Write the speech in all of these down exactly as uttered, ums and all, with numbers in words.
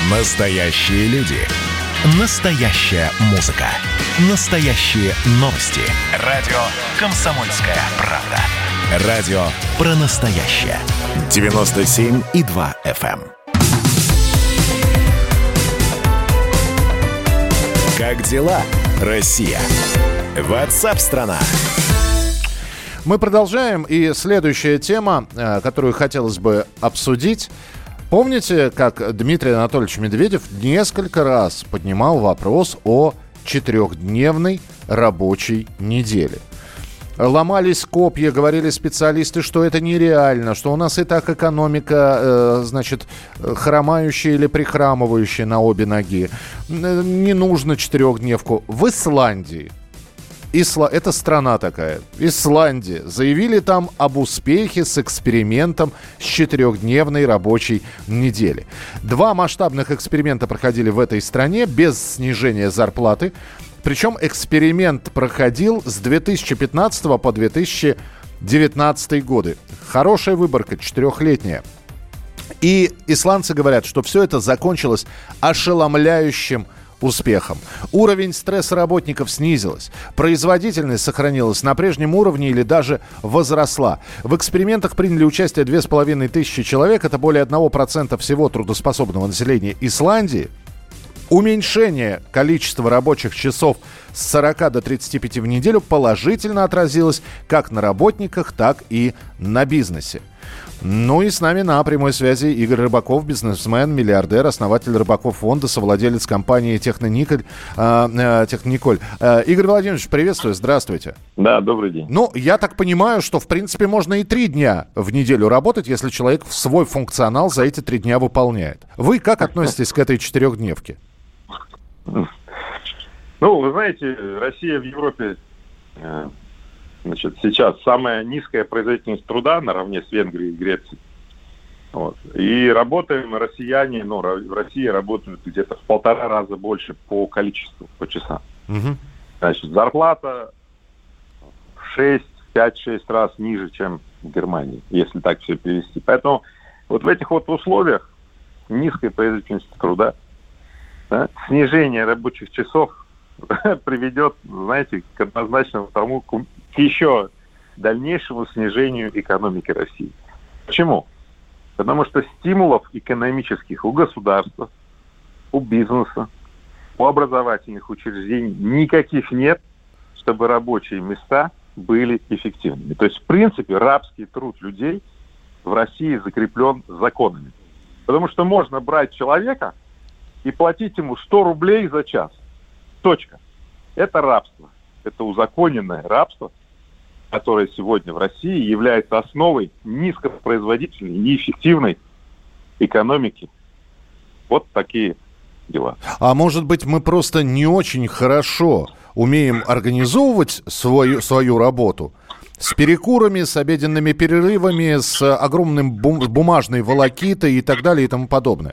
Настоящие люди. Настоящая музыка. Настоящие новости. Радио «Комсомольская правда». Радио про настоящее. девяносто семь и два эф эм. Как дела, Россия? Ватсап-страна! Мы продолжаем, и следующая тема, которую хотелось бы обсудить. Помните, как Дмитрий Анатольевич Медведев несколько раз поднимал вопрос о четырехдневной рабочей неделе? Ломались копья, говорили специалисты, что это нереально, что у нас и так экономика, э, значит, хромающая или прихрамывающая на обе ноги. Не нужно четырехдневку. В Исландии, Исла... это страна такая, Исландия, заявили там об успехе с экспериментом с четырехдневной рабочей недели. Два масштабных эксперимента проходили в этой стране без снижения зарплаты. Причем эксперимент проходил с две тысячи пятнадцатого по две тысячи девятнадцатый годы. Хорошая выборка, четырехлетняя. И исландцы говорят, что все это закончилось ошеломляющим успехом. Уровень стресса работников снизилась, производительность сохранилась на прежнем уровне или даже возросла. В экспериментах приняли участие две с половиной тысячи человек, это более одного процента всего трудоспособного населения Исландии. Уменьшение количества рабочих часов с сорока до тридцати пяти в неделю положительно отразилось как на работниках, так и на бизнесе. Ну и с нами на прямой связи Игорь Рыбаков, бизнесмен, миллиардер, основатель Рыбаков фонда, совладелец компании Технониколь. Э, Техниколь. Э, Игорь Владимирович, приветствую, здравствуйте. Да, добрый день. Ну, я так понимаю, что в принципе можно и три дня в неделю работать, если человек свой функционал за эти три дня выполняет. Вы как относитесь к этой четырехдневке? Ну, вы знаете, Россия в Европе, значит, сейчас самая низкая производительность труда наравне с Венгрией и Грецией. Вот. И работаем россияне, ну, в России работают где-то в полтора раза больше по количеству, по часам. Угу. Значит, зарплата в шесть, пять-шесть раз ниже, чем в Германии, если так все перевести. Поэтому вот в этих вот условиях низкой производительности труда, да, снижение рабочих часов приведет, знаете, к однозначному тому, к еще дальнейшему снижению экономики России. Почему? Потому что стимулов экономических у государства, у бизнеса, у образовательных учреждений никаких нет, чтобы рабочие места были эффективными. То есть, в принципе, рабский труд людей в России закреплен законами. Потому что можно брать человека и платить ему сто рублей за час. Точка. Это рабство. Это узаконенное рабство, которое сегодня в России является основой низкопроизводительной, неэффективной экономики. Вот такие дела. А может быть, мы просто не очень хорошо умеем организовывать свою, свою работу? С перекурами, с обеденными перерывами, с огромным бум- бумажной волокитой и так далее и тому подобное?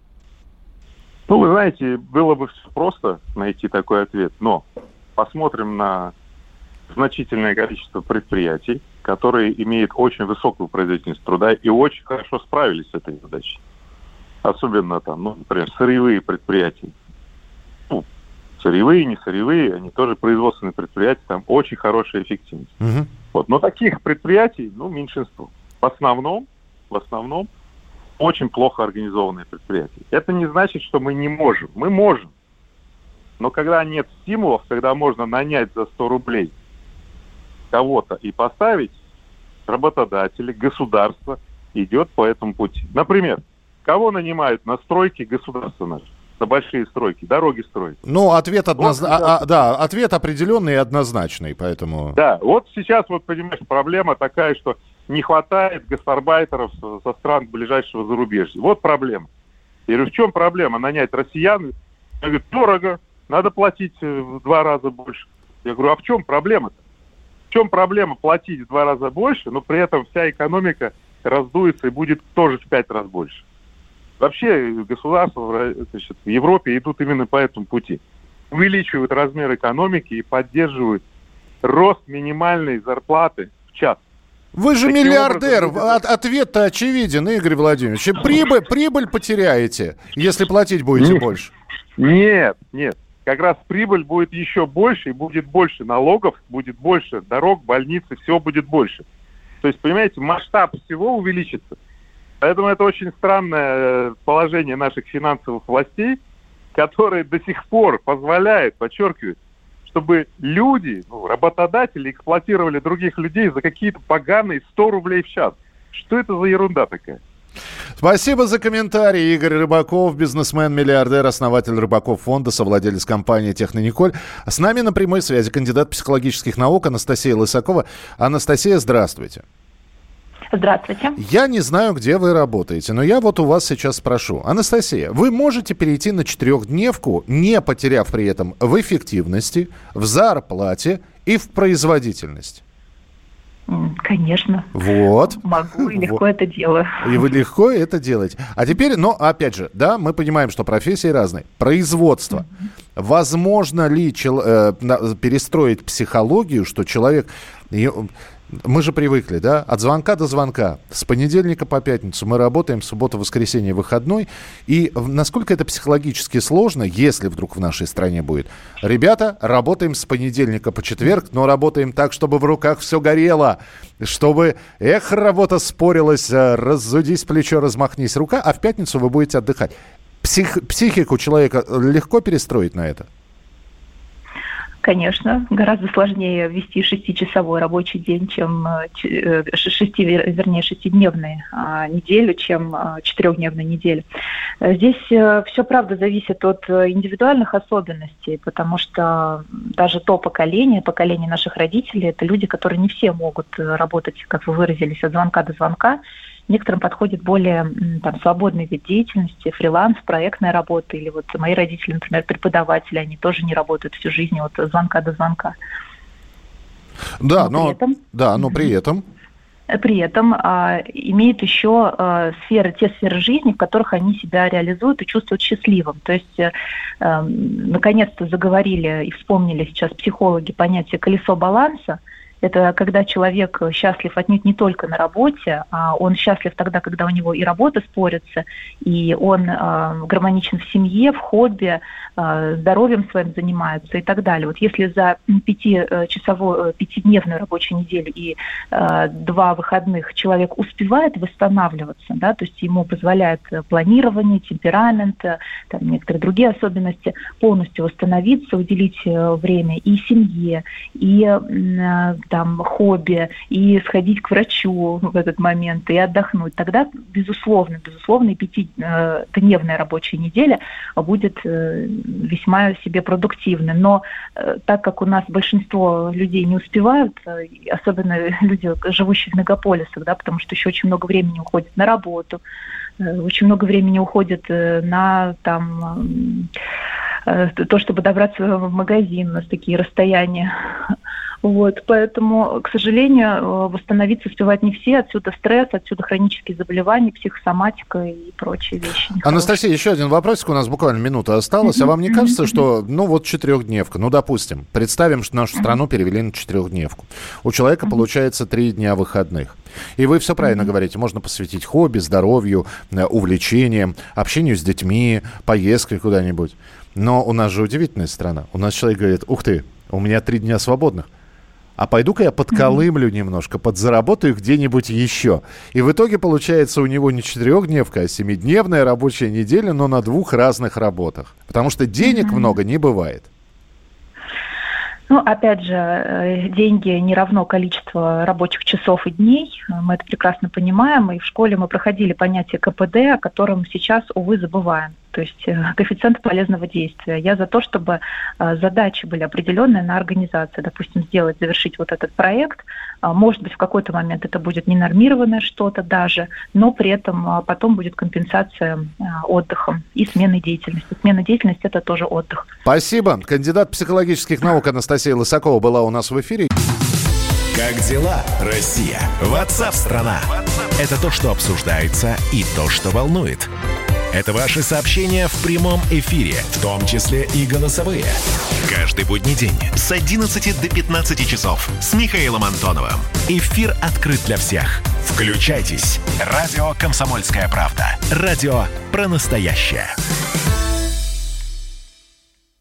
Ну, вы знаете, было бы все просто найти такой ответ, но посмотрим на значительное количество предприятий, которые имеют очень высокую производительность труда и очень хорошо справились с этой задачей. Особенно там, ну, например, сырьевые предприятия. Ну, сырьевые, не сырьевые, они тоже производственные предприятия, там очень хорошая эффективность. Угу. Вот. Но таких предприятий, ну, меньшинство. В основном, в основном, очень плохо организованные предприятия. Это не значит, что мы не можем. Мы можем. Но когда нет стимулов, когда можно нанять за сто рублей кого-то и поставить, работодатели, государство идет по этому пути. Например, кого нанимают на стройки государство наше? На большие стройки, дороги строят. Ну, ответ, одноз... вот, а, а, да, ответ определенный и однозначный, поэтому... Да, вот сейчас, вот понимаешь, проблема такая, что не хватает гастарбайтеров со стран ближайшего зарубежья. Вот проблема. Я говорю, в чем проблема? Нанять россиян? Я говорю, дорого, надо платить в два раза больше. Я говорю, а в чем проблема-то? В чем проблема платить в два раза больше, но при этом вся экономика раздуется и будет тоже в пять раз больше? Вообще государства, значит, в Европе идут именно по этому пути. Увеличивают размер экономики и поддерживают рост минимальной зарплаты в час. Вы же Таким миллиардер. Образом, От, ответ-то очевиден, Игорь Владимирович. Прибыль, прибыль потеряете, если платить будете нет, больше. Нет, нет. Как раз прибыль будет еще больше, и будет больше налогов, будет больше дорог, больниц, и всего будет больше. То есть, понимаете, масштаб всего увеличится. Поэтому это очень странное положение наших финансовых властей, которые до сих пор позволяют, подчеркиваю, чтобы люди, ну, работодатели эксплуатировали других людей за какие-то поганые сто рублей в час. Что это за ерунда такая? Спасибо за комментарий. Игорь Рыбаков, бизнесмен, миллиардер, основатель Рыбаков фонда, совладелец компании «Технониколь». С нами на прямой связи кандидат психологических наук Анастасия Лысакова. Анастасия, здравствуйте. Здравствуйте. Я не знаю, где вы работаете, но я вот у вас сейчас спрошу. Анастасия, вы можете перейти на четырехдневку, не потеряв при этом в эффективности, в зарплате и в производительности? Конечно. Вот. Могу и легко вот. это делаю. И вы легко это делаете. А теперь, но опять же, да, мы понимаем, что профессии разные. Производство. Mm-hmm. Возможно ли чел- э, перестроить психологию, что человек... Мы же привыкли, да, от звонка до звонка, с понедельника по пятницу мы работаем, суббота, воскресенье, выходной. И насколько это психологически сложно, если вдруг в нашей стране будет. Ребята, работаем с понедельника по четверг, но работаем так, чтобы в руках все горело, чтобы, эх, работа спорилась, разудись плечо, размахнись рука, а в пятницу вы будете отдыхать. Псих, психику человека легко перестроить на это? Конечно, гораздо сложнее вести шестичасовой рабочий день, чем шести, вернее, шестидневную неделю, чем четырехдневную неделю. Здесь все, правда, зависит от индивидуальных особенностей, потому что даже то поколение, поколение наших родителей, это люди, которые не все могут работать, как вы выразились, от звонка до звонка. Некоторым подходит более там, свободный вид деятельности, фриланс, проектная работа. Или вот мои родители, например, преподаватели, они тоже не работают всю жизнь от звонка до звонка. Да, но, но, при этом, да, но при этом... При этом а, имеют еще а, сферы, те сферы жизни, в которых они себя реализуют и чувствуют счастливым. То есть, а, наконец-то заговорили и вспомнили сейчас психологи понятие «колесо баланса». Это когда человек счастлив отнюдь не только на работе, а он счастлив тогда, когда у него и работа спорится, и он э, гармоничен в семье, в хобби, э, здоровьем своим занимается и так далее. Вот если за пятичасовую, пятидневную рабочую неделю и э, два выходных человек успевает восстанавливаться, да, то есть ему позволяет планирование, темперамент, там, некоторые другие особенности, полностью восстановиться, уделить время и семье, и э, там, хобби, и сходить к врачу в этот момент, и отдохнуть, тогда, безусловно, безусловно, и пятидневная рабочая неделя будет весьма себе продуктивна. Но так как у нас большинство людей не успевают, особенно люди, живущие в мегаполисах, да, потому что еще очень много времени уходит на работу, очень много времени уходит на там, то, чтобы добраться в магазин, у нас такие расстояния. Вот, поэтому, к сожалению, восстановиться успевают не все. Отсюда стресс, отсюда хронические заболевания, психосоматика и прочие вещи. Анастасия, еще один вопросик. У нас буквально минута осталась. А вам не кажется, что, ну вот четырехдневка, ну допустим, представим, что нашу страну перевели на четырехдневку. У человека получается три дня выходных. И вы все правильно говорите. Можно посвятить хобби, здоровью, увлечениям, общению с детьми, поездкой куда-нибудь. Но у нас же удивительная страна. У нас человек говорит: ух ты, у меня три дня свободных. А пойду-ка я подколымлю немножко, подзаработаю где-нибудь еще. И в итоге получается у него не четырехдневка, а семидневная рабочая неделя, но на двух разных работах. Потому что денег mm-hmm. много не бывает. Ну, опять же, деньги не равно количество рабочих часов и дней. Мы это прекрасно понимаем. И в школе мы проходили понятие ка пэ дэ, о котором сейчас, увы, забываем. То есть коэффициент полезного действия. Я за то, чтобы задачи были определенные на организацию. Допустим, сделать, завершить вот этот проект. Может быть, в какой-то момент это будет ненормированное что-то даже, но при этом потом будет компенсация отдыхом и сменой деятельности. Смена деятельности – это тоже отдых. Спасибо. Кандидат психологических наук Анастасия Лысакова была у нас в эфире. Как дела, Россия? Ватсап-страна! Это то, что обсуждается, и то, что волнует. Это ваши сообщения в прямом эфире, в том числе и голосовые. Каждый будний день с одиннадцати до пятнадцати часов с Михаилом Антоновым. Эфир открыт для всех. Включайтесь. Радио «Комсомольская правда». Радио про настоящее.